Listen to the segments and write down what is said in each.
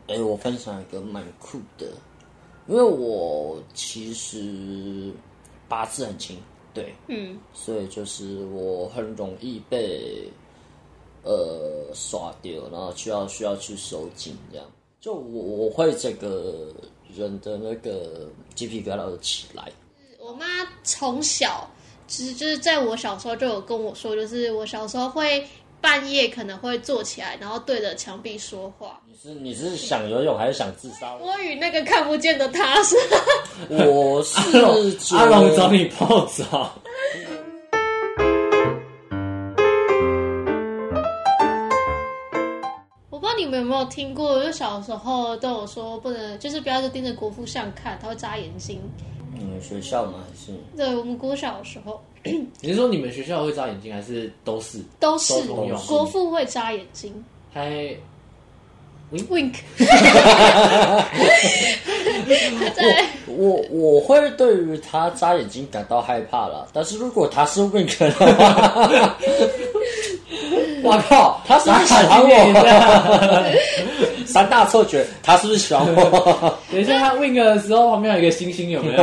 我分享一个蛮酷的，因为我其实八字很轻，对，所以就是我很容易被刷掉，然后需要去收紧这样。就我会这个人的那个鸡皮疙瘩都起来。 我妈从小就是在我小时候就有跟我说，就是我小时候会半夜可能会坐起来，然后对着墙壁说话。 你是想游泳还是想自杀？ 我与那个看不见的他是。 我是阿龙找你泡澡。 我不知道你们有没有听过，就小时候都有说不能，就是不要就盯着国父像看，他会扎眼睛。 学校吗？还是？ 对，我们国小的时候。 你是说你们学校会扎眼睛，还是都是？ 都是通用。 国父会扎眼睛。 还 wink。 我会对于他扎眼睛感到害怕啦，但是如果他是 wink 的话， 我靠， 他是不是喜欢我？三大错觉，他是不是喜欢我？ 等一下，他 wink 的时候旁边有一个星星，有没有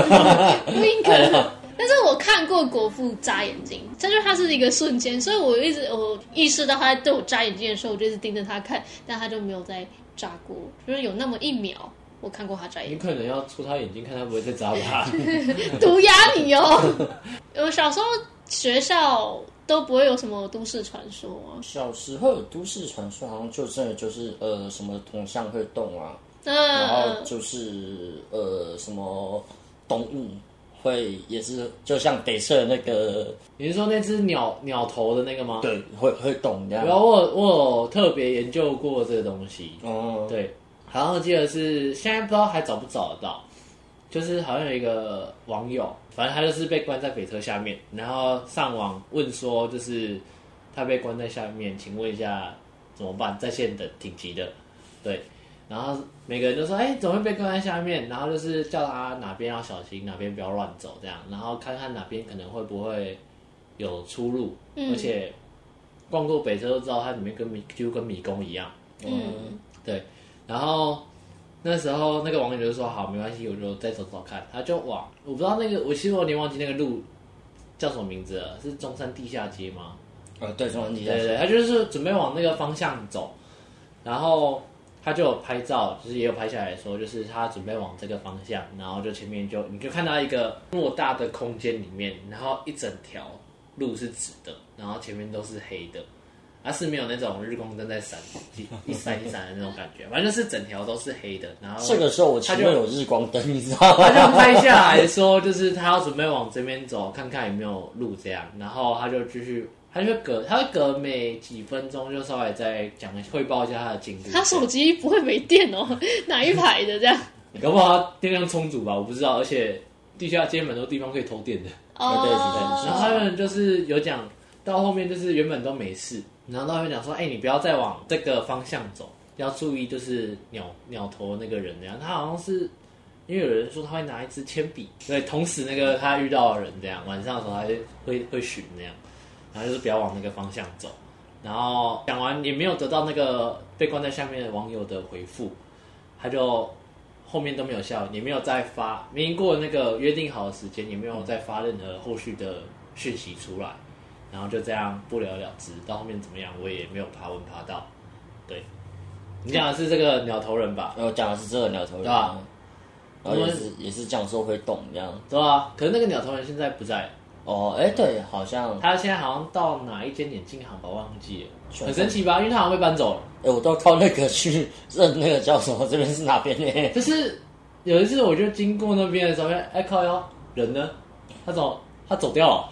？wink。但是我看过国父眨眼睛，它是一个瞬间，所以我意识到他在对我眨眼睛的时候，我就一直盯着他看，但他就没有再眨过，就是有那么1秒，我看过他眨眼睛。 你可能要戳他眼睛，看他不会再眨吧？ 毒哑你哦！我小时候学校都不会有什么都市传说啊。 小时候有都市传说，好像就真的就是什么铜像会动啊，然后就是什么动物。会也是就像北侧的那个， 你是说那只鸟头的那个吗？ 对，会动这样。 然后我有特别研究过这个东西。 哦， 对，好像记得是现在不知道还找不找得到，就是好像有一个网友，反正他就是被关在北车下面，然后上网问说，就是他被关在下面，请问一下怎么办？在线等紧急的，对。然后每个人都说：“怎么会被关在下面？”然后就是叫他哪边要小心，哪边不要乱走，这样。然后看看哪边可能会不会有出入。而且逛过北车都知道，它里面几乎跟迷宫一样。对。然后那时候那个网友就说：“好，没关系，我就再走走看。”他就往我不知道那个，其实我有点忘记那个路叫什么名字了，是中山地下街吗？ 对，中山地下街。 对，他就是准备往那个方向走，然后。他就有拍照，就是也有拍下来说，就是他准备往这个方向，然后就前面你就看到一个偌大的空间里面，然后一整条路是直的，然后前面都是黑的，是没有那种日光灯在闪，一闪一闪的那种感觉，反正就是整条都是黑的。然后这个时候我前面有日光灯，你知道吗？ 他就拍下来说，就是他要准备往这边走，看看有没有路这样，然后他就继续。他会隔每几分钟就稍微再汇报一下他的进度。 他手机不会没电哦，哪一排的这样？ 搞不好他电量充足吧，我不知道。而且地下街蛮多地方可以偷电的。 对。 然后他们就是有讲到后面，就是原本都没事，然后他们讲说，你不要再往这个方向走，要注意就是鸟头那个人这样。他好像是因为有人说他会拿一支铅笔，对，同时那个他遇到的人这样，晚上的时候他会巡那样。然后就是不要往那个方向走，然后讲完也没有得到那个被关在下面的网友的回复，他就后面都没有下，也没有再发，明明过那个约定好的时间，也没有再发任何后续的讯息出来，然后就这样不了了之。到后面怎么样，我也没有爬文爬到。对，你讲的是这个鸟头人吧？ 我讲的是这个鸟头人，对吧？然后也是讲说会动这样， 对啊。可是那个鸟头人现在不在。 对，好像他现在好像到哪一间眼镜行吧，忘记了，很神奇吧？因为他好像被搬走了。 我都靠那个去认那个叫什么，这边是哪边呢？ 就是有一次我就经过那边的时候，靠腰人呢？他走掉了。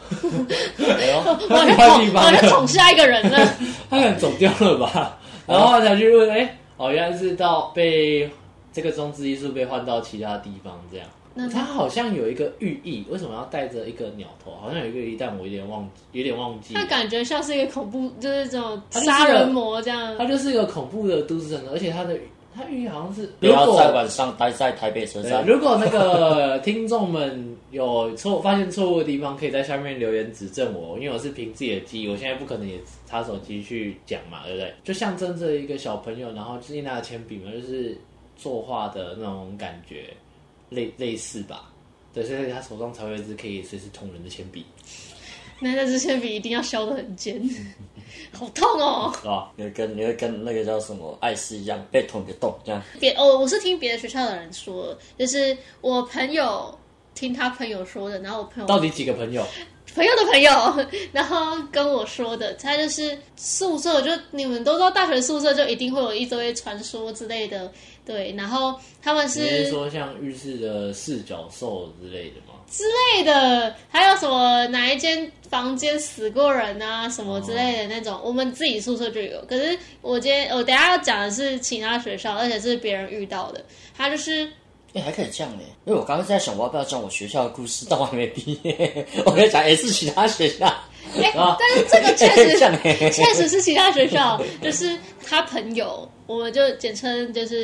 我就捅下一个人了。 他可能走掉了吧？然后才去问，原来是被这个装置艺术被换到其他地方这样。他好像有一个寓意，为什么要带着一个鸟头？好像有一个寓意，但我有点忘记。 他感觉像是一个恐怖，就是这种杀人魔这样。 他就是一个恐怖的都市传说，而且他寓意好像是不要在晚上待在台北车站。 如果那个听众们有发现错误的地方，可以在下面留言指正我，因为我是凭自己的记忆，我现在不可能也插手机去讲嘛，对不对？就象征着一个小朋友，然后就是拿着铅笔嘛，就是作画的那种感觉类似吧。对，所以他手上才会有一支可以随时捅人的铅笔。 那支铅笔一定要削得很尖，好痛哦！ 是吧？你会跟那个叫什么艾斯一样被捅个洞这样。 我是听别的学校的人说，就是我朋友听他朋友说的，然后我朋友到底几个朋友？ 朋友的朋友，然后跟我说的，他就是宿舍，就你们都知道，大学宿舍就一定会有一堆传说之类的，对，然后他们你是说像浴室的四角兽之类的吗？ 之类的，还有什么哪一间房间死过人啊，什么之类的那种，我们自己宿舍就有。可是我等一下要讲的是其他学校，而且是别人遇到的，他就是。 还可以这样呢，因为我刚刚在想我要不要讲我学校的故事，但我还没毕业。我跟你讲，是其他学校。 但是这个确实是其他学校，就是他朋友，我们就简称就是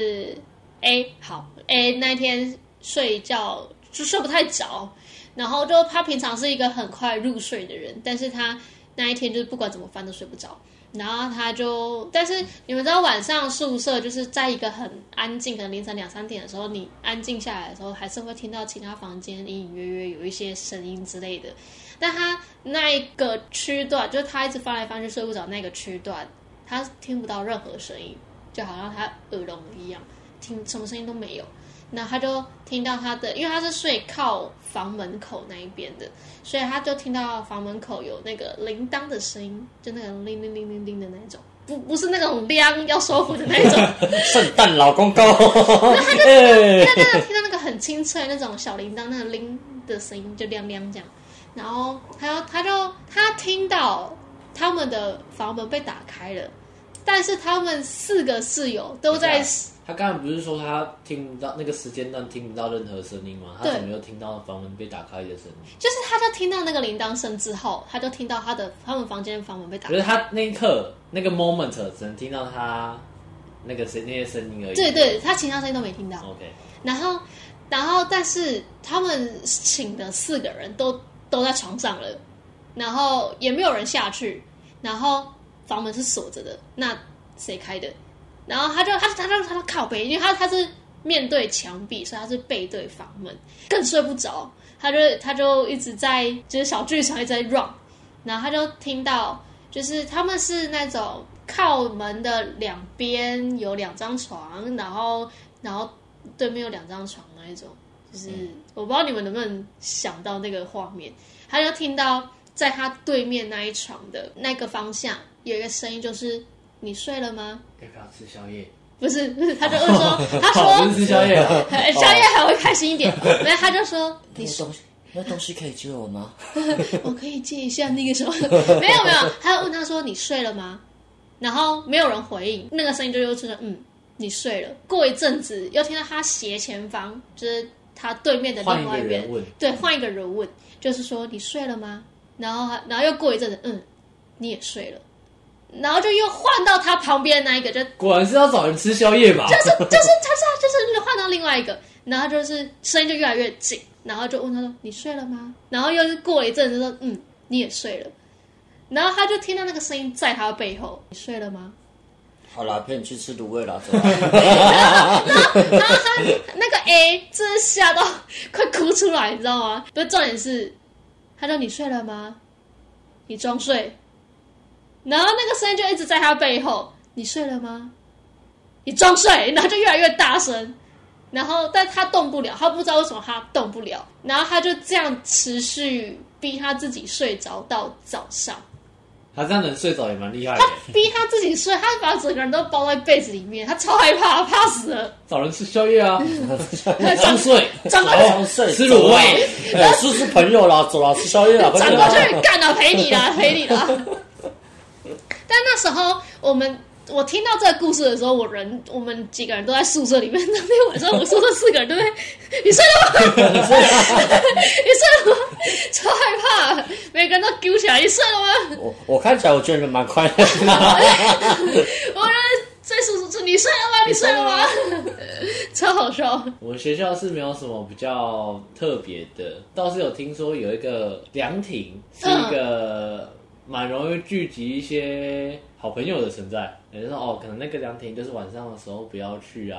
A 好 A 那天睡觉就睡不太着，然后就他平常是一个很快入睡的人，但是他那一天就是不管怎么翻都睡不着。然后但是你们知道晚上宿舍就是在一个很安静，可能凌晨2、3点的时候，你安静下来的时候，还是会听到其他房间隐隐约约有一些声音之类的。但他那一个区段，就是他一直翻来翻去睡不着那个区段，他听不到任何声音，就好像他耳聋一样，听什么声音都没有。那他就听到因为他是睡靠房门口那一边的，所以他就听到房门口有那个铃铛的声音，就那个铃铃铃铃铃的那种，不是那种铃要收服的那种。 圣诞老公公。 他就听到那个很清脆那种小铃铛，那个铃的声音就亮亮这样，然后他听到他们的房门被打开了，但是他们4个室友都在。 他刚才不是说他听不到那个时间段听不到任何声音吗？他怎么又听到房门被打开的声音？ 就是他就听到那个铃铛声之后，他就听到他们房间的房门被打开。 可是他那一刻那个 moment 只能听到他那些声音而已。 对，他其他声音都没听到。 OK。 然后但是他们请的4个人都在床上了，然后也没有人下去，然后房门是锁着的，那谁开的？然后他就靠背，因为他是面对墙壁，所以他是背对房门，更睡不着。他就一直在就是小剧场一直在 run， 然后他就听到就是他们是那种靠门的两边有2张床，然后对面有2张床那一种，就是我不知道你们能不能想到那个画面。他就听到在他对面那一床的那个方向有一个声音，就是你睡了吗？ 要不要吃宵夜？ 不是，他就问说，他说不是吃宵夜啊， 宵夜还会开心一点。没有，他就说那东西可以借我吗？ 我可以借一下那个什么？没有，他就问他说你睡了吗？然后没有人回应，那个声音就又出现，你睡了。过一阵子又听到他斜前方，就是他对面的另外一边，对，换一个人问，就是说你睡了吗？然后又过一阵子，你也睡了。然后就又换到他旁边的那一个，就果然是要找人吃宵夜吧？ 就是换到另外一个，然后就是声音就越来越近，然后就问他说：“你睡了吗？”然后又是过了一阵子说：“你也睡了。”然后他就听到那个声音在他背后：“你睡了吗？” 好啦，陪你去吃卤味啦，走啦。 然后他那个 A 真的吓到快哭出来，你知道吗？不是重点是，他说：“你睡了吗？你装睡。”然后那个声音就一直在他背后，你睡了吗？你装睡，然后就越来越大声，然后但他动不了，他不知道为什么他动不了，然后他就这样持续逼他自己睡着到早上。 他这样能睡着也蛮厉害的。 他逼他自己睡，他把整个人都包在被子里面，他超害怕，怕死了。 找人吃宵夜啊，装睡， 装睡， 吃卤味， 是朋友啦，走啦，吃宵夜啦， 转过去干了，陪你啦，陪你啦。但那时候我听到这个故事的时候，我们几个人都在宿舍里面。那天晚上我们宿舍4个人都在，你睡了吗？你睡了吗？超害怕，每个人都揪起来，你睡了吗？ 我看起来我觉得蛮快乐的。 我在宿舍，你睡了吗？你睡了吗？超好笑。 我们学校是没有什么比较特别的，倒是有听说有一个凉亭，是一个蛮容易聚集一些好朋友的存在。有人说可能那个凉亭就是晚上的时候不要去啊，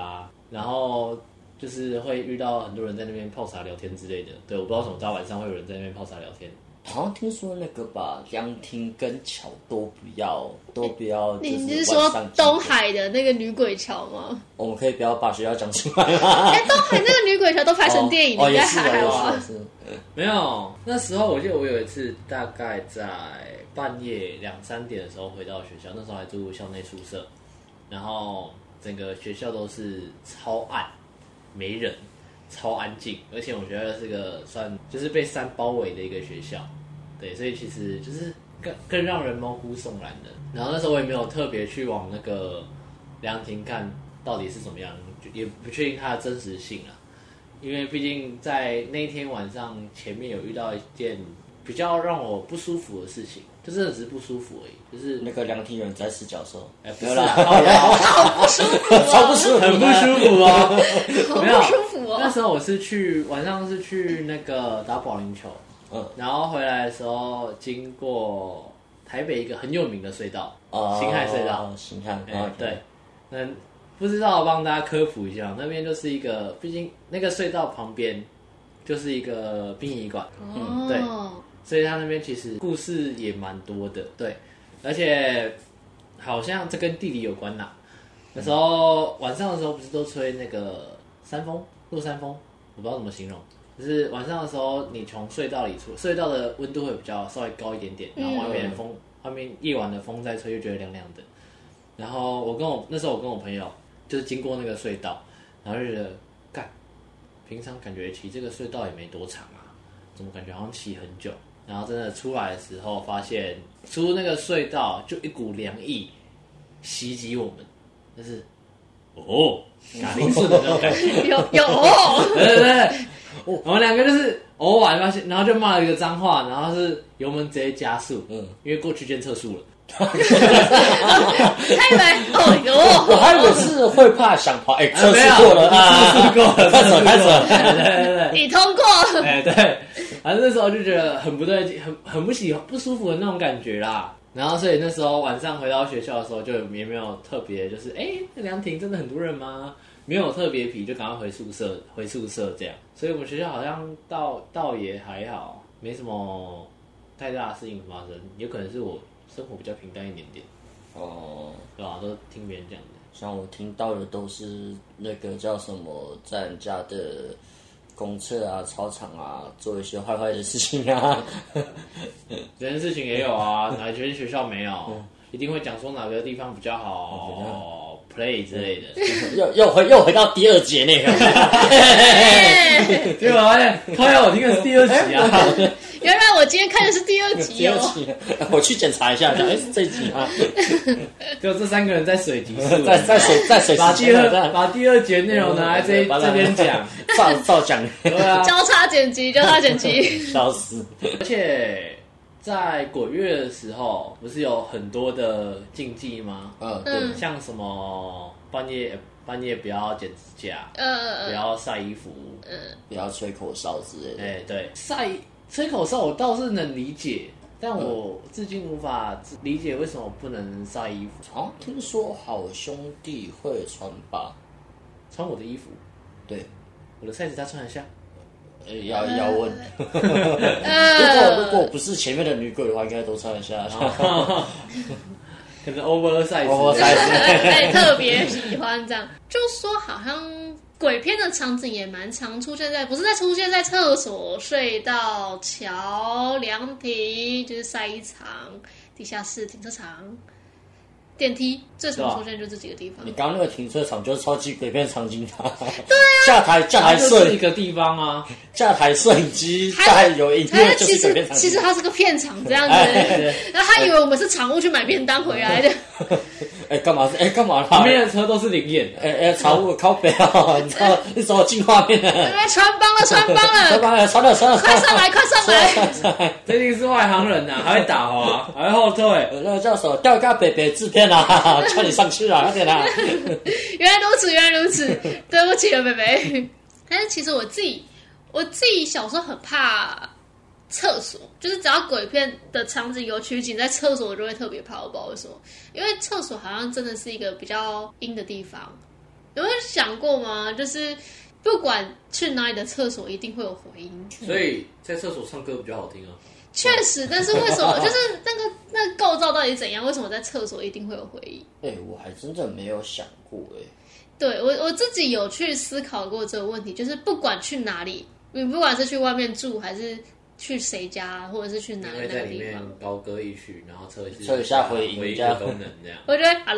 然后就是会遇到很多人在那边泡茶聊天之类的。对，我不知道什么到晚上会有人在那边泡茶聊天。 好像听说那个吧，凉亭跟桥都不要， 你是说东海的那个女鬼桥吗？ 我们可以不要把学校讲出来吗？ 东海那个女鬼桥都拍成电影，应该还好啊。 没有，那时候我记得我有一次大概在半夜2-3点的时候回到学校，那时候还住校内宿舍，然后整个学校都是超暗，没人，超安静，而且我觉得是个算就是被山包围的一个学校。对，所以其实就是更让人毛骨悚然的。然后那时候我也没有特别去往那个凉亭看到底是怎么样，也不确定它的真实性啊。因为毕竟在那一天晚上前面有遇到一件比较让我不舒服的事情，就真的只是不舒服而已。就是那个凉亭有人在吃角兽， 不是啦，好不舒服， 超不舒服， 很不舒服哦， 没有不舒服哦。 那时候我是晚上是去那个打保龄球。然后回来的时候，经过台北一个很有名的隧道，辛亥隧道。 辛亥， 对，不知道帮大家科普一下，那边就是一个，毕竟那个隧道旁边就是一个殡仪馆，对，所以它那边其实故事也蛮多的，对，而且好像这跟地理有关啦。那时候晚上的时候不是都吹那个山风，落山风，我不知道怎么形容。就是晚上的时候，你从隧道里出，隧道的温度会比较稍微高一点点，然后外面的风，外面夜晚的风在吹，就觉得凉凉的。然后那时候我跟我朋友就是经过那个隧道，然后就觉得，平常感觉骑这个隧道也没多长啊，怎么感觉好像骑很久？然后真的出来的时候，发现出那个隧道就一股凉意袭击我们，就是嘎铃顺的那种感觉， 有对。我们两个就是完发现，然后就骂了一个脏话，然后是油门直接加速，因为过区间测速了。 还以为我还以为是会怕想跑，测试过了测试过了， 开始， 你通过， 对，反正那时候就觉得很不对劲，很不舒服的那种感觉啦。然后所以那时候晚上回到学校的时候，就也没有特别就是那凉亭真的很多人吗？没有特别皮，就赶快回宿舍这样。所以我们学校好像倒也还好，没什么太大的事情发生。有可能是我生活比较平淡一点点。对吧？都听别人讲的。 像我听到的都是那个叫什么，在人家的公厕啊、操场啊，做一些坏的事情啊。 这件事情也有啊，哪间学校没有？一定会讲说哪个地方比较好。play 之类的， 又回到第2节那个， 结果发现，我听的是第2集啊！ 原来我今天看的是第2集哦。 我去检查一下，是这一集啊。 就这3个人在水集数， 在水把第2节内容拿来这边讲， 照讲， 对啊， 交叉剪辑， 笑死！ 而且在鬼月的时候，不是有很多的禁忌吗？ 对， 像什么半夜不要剪指甲，不要晒衣服， 不要吹口哨之类的。 对，吹口哨我倒是能理解，但我至今无法理解为什么不能晒衣服。 好像听说好兄弟会穿吧？ 穿我的衣服？对，我的 size 他穿得下。 要问。如果不是前面的女鬼的话，应该都穿得下。 可能 oversize， 特别喜欢这样。就说好像鬼片的场景也蛮常出现在，不是出现在厕所、隧道、桥、凉亭，就是晒衣场、地下室、停车场。电梯最常出现就这几个地方。 你刚刚那个停车场就是超级鬼片场景啊！ 对啊， 架台是一个地方啊， 架台摄影机，架台有音乐，就是鬼片场景。 其实它是个片场这样子，然后他以为我们是场务去买便当回来的。 干嘛？干嘛？ 旁边的车都是灵验。 场务靠北啊！你知道那时候进画面了。 穿帮了， 穿了， 快上来！ 这一定是外行人呐，还会打滑，还会后退。 那个叫什么？吊嘎北北制片啊，叫你上去啊，快点啊！ 原来如此，对不起了，北北。但是其实我自己小时候很怕厕所，就是只要鬼片的场景有取景在厕所，我就会特别怕。我不知道为什么，因为厕所好像真的是一个比较阴的地方。 有没有想过吗？就是不管去哪里的厕所，一定会有回音。 所以在厕所唱歌比较好听啊。 确实，但是为什么就是那个构造到底怎样？为什么在厕所一定会有回音？ 我还真的没有想过对我自己有去思考过这个问题，就是不管去哪里，你不管是去外面住，还是去谁家，或者是去哪个地方， 在里面高歌一曲，然后测一下回音的功能这样。 我觉得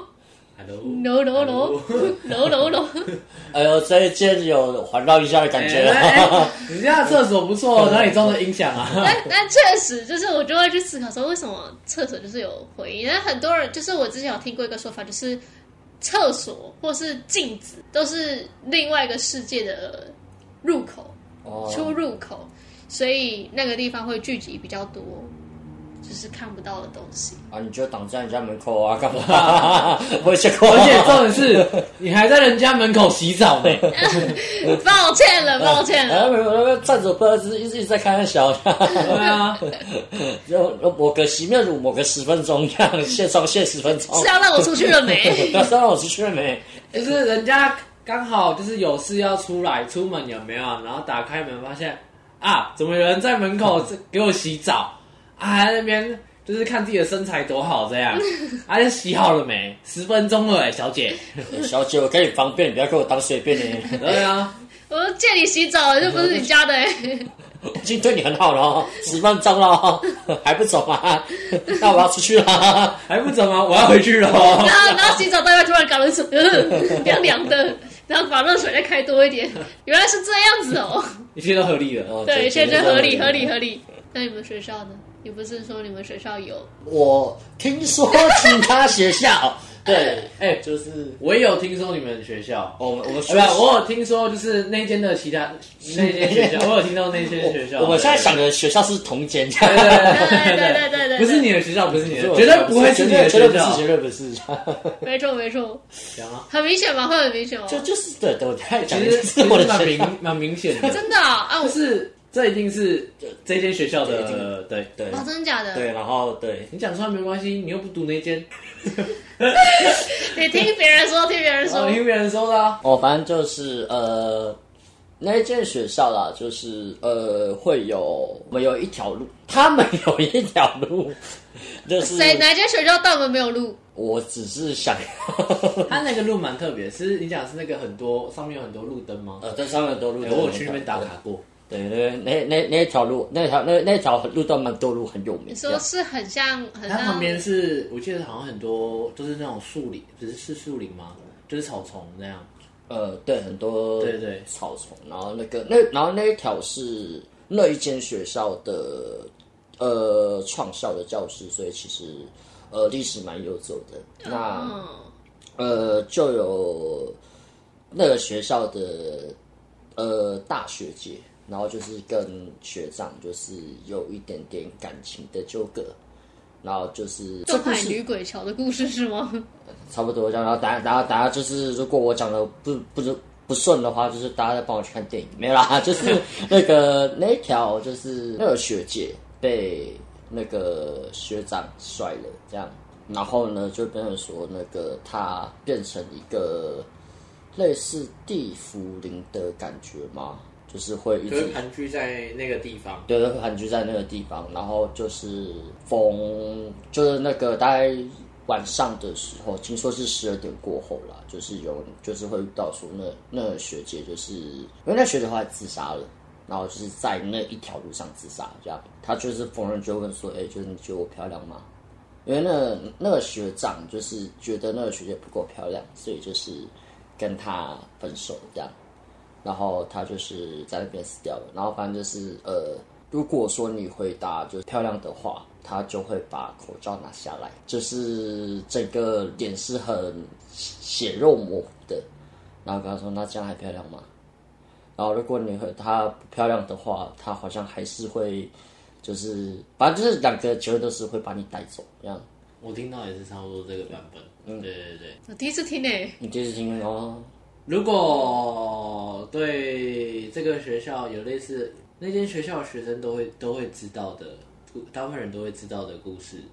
Hello。No no no no no no， 哎呦，这一间有环绕一下的感觉你家的厕所不错，哪里装的音响啊？ 但确实就是我就会去思考说，为什么厕所就是有回音？因为很多人就是我之前有听过一个说法，就是厕所或是镜子都是另外一个世界的入口、出入口，所以那个地方会聚集比较多。就是看不到的东西啊！你就挡在人家门口啊，干嘛？我去过， 而且重点是你还在人家门口洗澡呢。 抱歉了。 站着不是一直在开玩笑。 对啊， 就抹个洗面乳，抹个10分钟，这样卸妆卸10分钟。 是要让我出去了没？ 是要让我出去了没？ 就是人家刚好就是有事要出门有没有？然后打开门发现啊，怎么有人在门口给我洗澡？啊，那边就是看自己的身材多好这样，啊，洗好了没？10分钟了小姐。 小姐，我给你方便，你不要给我当随便的。 对啊， 我借你洗澡，又不是你家的我已经对你很好了，10分钟了，还不走吗？那我要出去了， 还不走吗？我要回去了。 然后洗澡到一半突然搞了水，凉凉的，然后把热水再开多一点，原来是这样子哦。 一切都合理了。 对，一切都合理。那你们学校呢？你不是说你们学校有？ 我听说其他学校，对，就是我也有听说你们学校， 我有听说就是那间的其他那间学校，我有听到那间学校。 我们现在想的学校是同间， 对， 不是你的学校，不是你的，绝对不会是你的学校， 绝对不是。 没错，很明显吗？会很明显吗？ 就是对，我太讲， 其实蛮明显的， 真的啊， 就是。这一定是这间学校的，对， 哦，真的假的？ 对，然后对你讲出来没关系，你又不读那间， 你听别人说，听别人说的啊。 反正就是那间学校啦，就是会有我们有一条路，他们有一条路，就是哪间学校大门没有路？ 我只是想， 他那个路蛮特别，是你讲是那个上面有很多路灯吗？ 在上面很多路灯， 我有去那边打卡过。 对，那条路，那条路段蛮多路很有名。 你说是很像， 它旁边是我记得好像很多都是那种树林，不是树林吗？就是草丛那样。 对，很多对草丛，然后那一条是那一间学校的创校的教室，所以其实历史蛮悠久的。那就有那个学校的大学姐。然后就是跟学长就是有一点点感情的纠葛，然后就是东海女鬼桥的故事是吗？ 差不多这样。然后大家就是如果我讲的不顺的话，就是大家再帮我去看电影，没有啦，就是那一条就是那个学姐被那个学长甩了这样，然后呢就变成说他变成一个类似地府灵的感觉吗？就是会一直盘踞在那个地方， 对，会盘踞在那个地方，然后就是就是大概晚上的时候，听说是12点过后啦，就是会遇到说那学姐就是因为那学姐后来自杀了，然后就是在那一条路上自杀，这样，他就是逢人就问说，就是你觉得我漂亮吗？因为那个学长就是觉得那个学姐不够漂亮，所以就是跟他分手这样。然后他就是在那边死掉了。然后反正就是如果说你回答就是漂亮的话，他就会把口罩拿下来，就是整个脸是很血肉模糊的。然后跟他说：“那这样还漂亮吗？”然后如果他不漂亮的话，他好像还是会就是反正就是两个结论都是会把你带走这样。 我听到也是差不多这个版本。对， 我第一次听诶。 你第一次听哦？ 如果对这个学校有类似那间学校的学生都会知道的，大部分人都会知道的故事，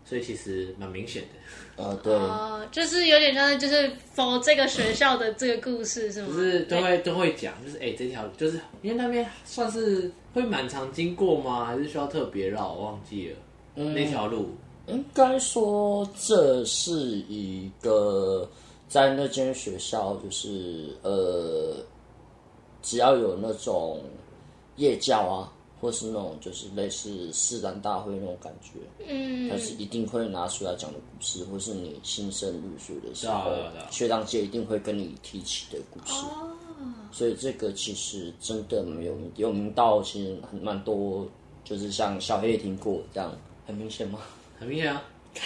所以其实蛮明显的。 对， 就是有点像就是否这个学校的这个故事是吗？ 就是都会讲，就是这条就是因为那边算是会蛮常经过吗？还是需要特别绕？我忘记了、那条路。 应该说这是一个在那间学校，就是只要有那种夜教啊，或是那种就是类似释然大会那种感觉，它是一定会拿出来讲的故事，或是你新生入学的时候，学长姐一定会跟你提起的故事。所以这个其实真的有名到，其实蛮多，就是像小黑也听过这样，很明显吗？ 很明显啊。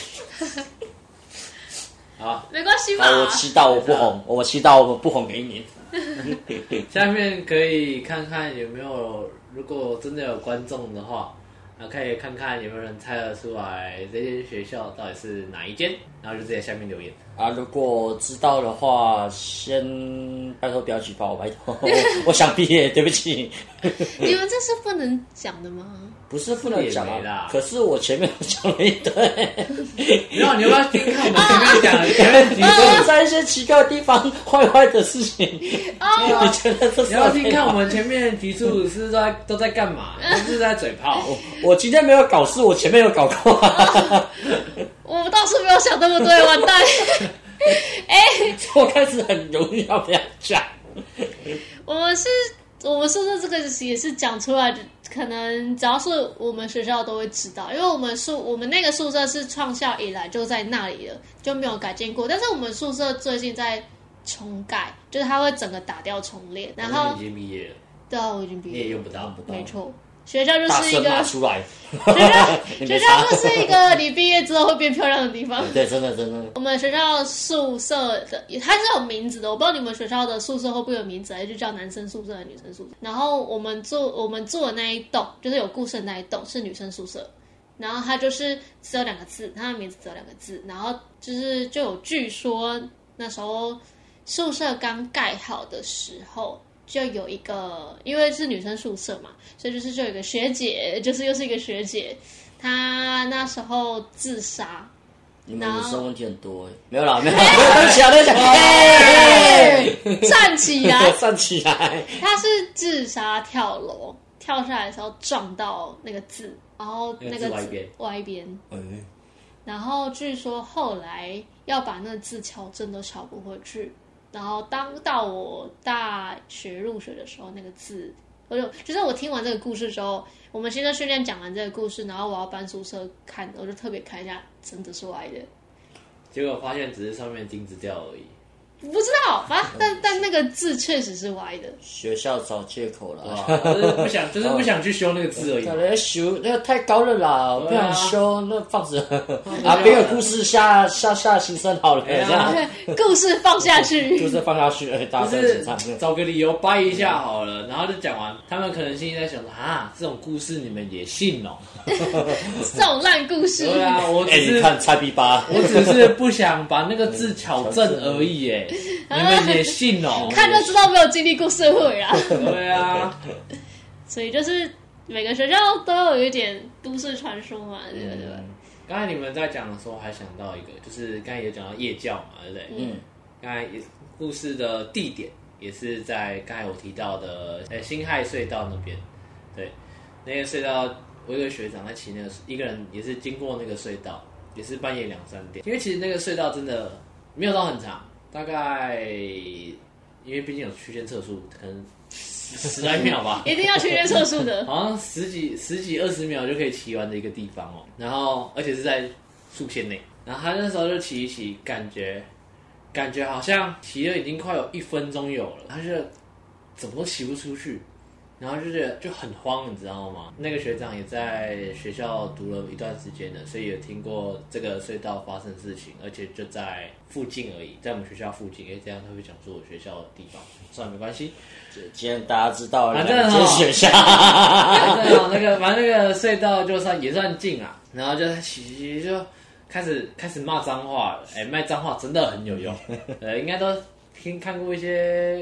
好， 没关系吧。 我祈祷我不红，我祈祷我不红给你。 下面可以看看有没有，如果真的有观众的话，可以看看有没有人猜得出来这间学校到底是哪一间，然后就直接下面留言啊。如果知道的话，先拜托不要举报我，拜托，我想毕业，对不起。 你们这是不能讲的吗？ 不是不能讲啊，可是我前面讲了一堆。 然后你要不要听看我们前面讲的前面几个在一些奇怪的地方坏的事情？你觉得这是？ 你要听看我们前面提出是都在干嘛？都是在嘴炮。 我今天没有搞事，我前面有搞过。 我倒是没有想那么多，完蛋。 我开始很容易要不要讲？ 我们宿舍这个也是讲出来的，可能只要是我们学校都会知道，因为我们那个宿舍是创校以来就在那里了，就没有改建过。但是我们宿舍最近在重盖，就是它会整个打掉重练。然后你已经毕业了， 对啊，我已经毕业了， 你也用不到， 没错。学校就是一个拿出来， 学校就是一个你毕业之后会变漂亮的地方。 对，真的。 我们学校宿舍的它是有名字的，我不知道你们学校的宿舍会不会有名字，还是就叫男生宿舍还是女生宿舍。然后我们住的那一栋，就是有故事的那一栋是女生宿舍，然后它就是只有2个字，它的名字只有2个字，然后就有据说那时候宿舍刚盖好的时候。就有一个，因为是女生宿舍嘛，所以就有一个学姐，就是又是一个学姐，她那时候自杀。 你们女生问题很多没有啦，对不起啊，对不起， 站起来， 站起来。 她是自杀跳楼，跳下来的时候撞到那个字，然后那个字歪边，然后据说后来要把那个字敲正都敲不回去。然后当到我大学入学的时候，那个字，就是我听完这个故事之后，我们新生训练讲完这个故事，然后我要搬宿舍看，我就特别看一下，真的是歪的。 结果发现只是上面钉子掉而已。 不知道，反正但那个字确实是歪的。 学校找借口了， 就是不想去修那个字而已。 可能修那个太高了啦，我不想修，那放着啊，别有故事下新生好了，这样故事放下去， 故事放下去，大家就是找个理由掰一下好了，然后就讲完，他们可能心里在想说啊，这种故事你们也信哦？ 这种烂故事。 对啊，我只是你看菜逼吧， 我只是不想把那个字巧正而已耶。你们也信哦？ 看就知道没有经历过社会啦。 对啊， 所以就是每个学校都有一点都市传说嘛，对不对？ 刚才你们在讲的时候，还想到一个，就是刚才也讲到夜教嘛，对不对？刚才故事的地点也是在刚才我提到的辛亥隧道那边。对，那个隧道，我有个学长在骑那个，一个人也是经过那个隧道，也是半夜2、3点，因为其实那个隧道真的没有到很长。大概，因为毕竟有区间测速，可能10来秒吧。 一定要区间测速的。 好像十几20秒就可以骑完的一个地方哦。然后，而且是在速线内。然后他那时候就骑一骑，感觉好像骑了已经快有1分钟有了，他就怎么都骑不出去。然后就很慌，你知道吗？那个学长也在学校读了一段时间了，所以有听过这个隧道发生事情，而且就在附近而已，在我们学校附近。这样他会讲出我学校的地方，算了，没关系。 今天大家知道了， 反正学校， 反正那个隧道也算近啊。然后就骑就开始骂脏话了，骂脏话真的很有用。应该都看过一些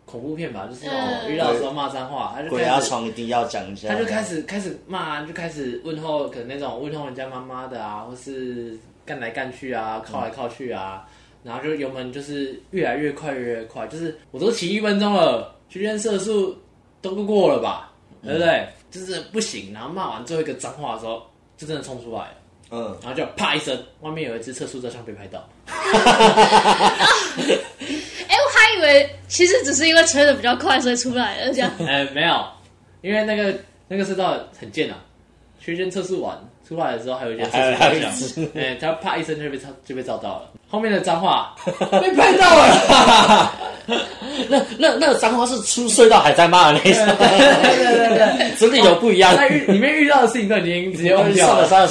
恐怖片吧，就是那种遇到的时候骂脏话，他就鬼压床一定要讲一下， 他就开始骂，就开始问候，可能那种问候人家妈妈的啊，或是干来干去啊，靠来靠去啊，然后就油门就是越来越快，就是我都骑1分钟了，区间射速都过了吧，对不对？就是不行，然后骂完最后一个脏话的时候，就真的冲出来了，然后就啪一声，外面有一只测速照相被拍到。 我还以为其实只是因为吹的比较快，所以出来了这样。 没有，因为那个车道很贱啊，区间测速完出来的时候还有一些测速照相，他啪一声就被照到了。后面的脏话被拍到了， 那个脏话是出隧道还在骂的那种，对，真的有不一样。 里面遇到的事情都已经直接忘掉了， 算了。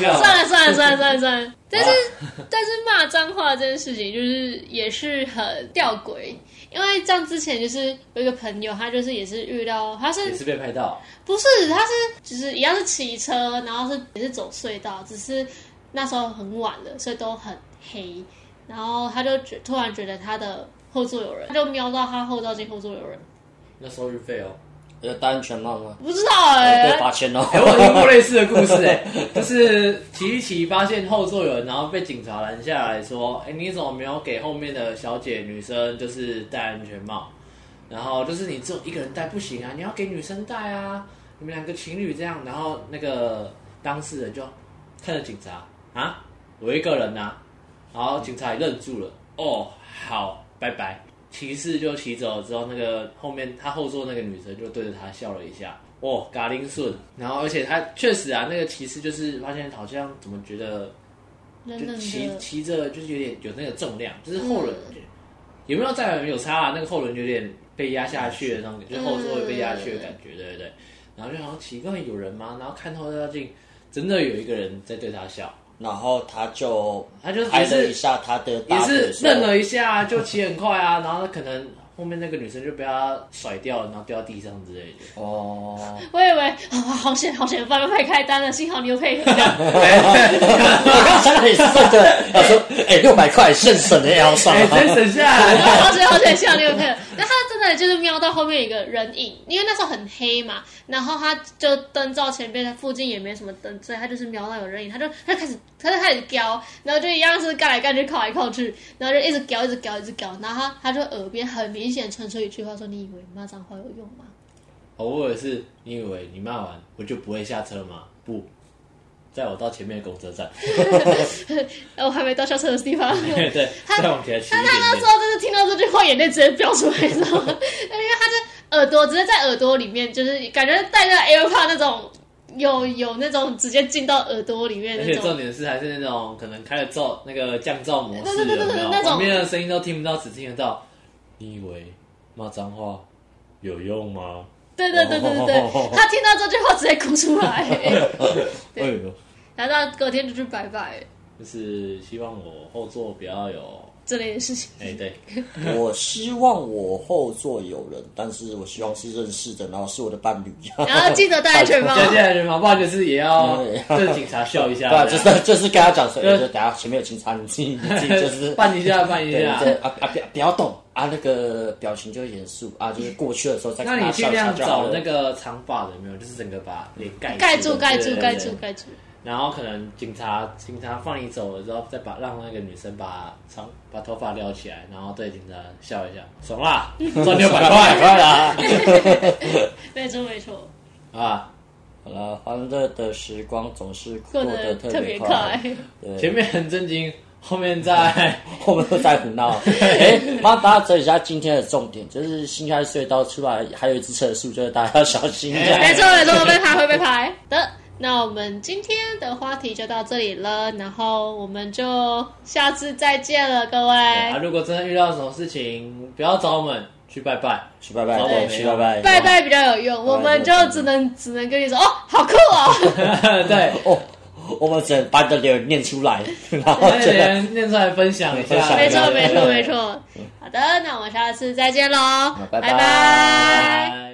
但是骂脏话这件事情就是也是很吊诡，因为像之前就是有一个朋友，他就是也是遇到，他是也是被拍到， 不是他是就是一样是骑车，然后也是走隧道，只是那时候很晚了，所以都很黑，然后他就突然觉得他的后座有人，他就瞄到他后照镜后座有人， 那收日费哦。 有戴安全帽吗？ 不知道被罚钱哦。 我听过类似的故事就是骑一骑发现后座有人，然后被警察拦下来说：“你怎么没有给后面的小姐女生就是戴安全帽？然后就是你只有一个人戴不行啊，你要给女生戴啊，你们2个情侣这样。”然后那个当事人就看着警察啊，我一个人啊，然后警察也愣住了。哦，好，拜拜。骑士就骑走了之后，那个后面他后座那个女生就对着他笑了一下，嘎铃顺。然后而且他确实啊，那个骑士就是发现好像怎么觉得就骑着就是有点有那个重量，就是后轮有没有载人有差啊？那个后轮有点被压下去的那种，就是后座有被压下去的感觉，对不对？然后就好像奇怪有人吗？然后看后照镜，真的有一个人在对他笑。 然后他就拍了一下他的大腿， 也是愣了一下，就骑很快啊，然后可能后面那个女生就被他甩掉了，然后掉到地上之类的。 我以为好险，爸爸快开单了，幸好你有配合。 我刚想也是这个，他说600块省的要算了， 真省下来。 好险，幸好你有配合。那他真的就是瞄到后面有一个人影，因为那时候很黑嘛，然后他就灯照前边，他附近也没什么灯，所以他就是瞄到有人影，他就开始飙，然后就一样是干来干去，靠来靠去，然后就一直飙，然后他就耳边很明显传出一句话说：“你以为骂脏话有用吗？” 偶尔是你以为你骂完我就不会下车吗？不，载我到前面的公车站。 我还没到下车的地方。 对，再往前骑一点点。 他那时候就是听到这句话，眼泪直接飙出来，你知道吗？因为他是耳朵直接在耳朵里面，就是感觉戴着 AirPod 那种。有那种直接进到耳朵里面那种， 而且重点是还是那种可能开了那个降噪模式，有没有？旁边的声音都听不到，只听得到。你以为骂脏话有用吗？ 对，他听到这句话直接哭出来。然后隔天就去拜拜， 就是希望我后座不要有这类的事情。 对， 我希望我后座有人，但是我希望是认识的，然后是我的伴侣。 然后记得戴安全帽， 戴安全帽，不然就是也要对警察笑一下。 对，就是跟他讲说，就等下前面有警察，你自己就是扮一下。 不要动啊，那个表情就严肃啊，就是过去的时候再跟他笑一下。 那你尽量找那个长发的，有没有？就是整个把脸盖住。 然后可能警察放你走了之后，再让那个女生把头发撩起来，然后对警察笑一下，爽啦，赚600块啦。 没错啊， 好了，欢乐的时光总是过得特别快。 前面很震惊，后面在胡闹。帮大家整理一下今天的重点，就是新开隧道出来还有一只车速，就是大家要小心一下。 没错，会被拍的。那我们今天的话题就到这里了，然后我们就下次再见了，各位。 如果真的遇到什么事情，不要找我们，去拜拜， 去拜拜， 拜拜比较有用，我们就只能跟你说好酷哦。 对我们只能把你的留言念出来，然后念出来分享一下。 没错。好的，那我们下次再见喽，拜拜。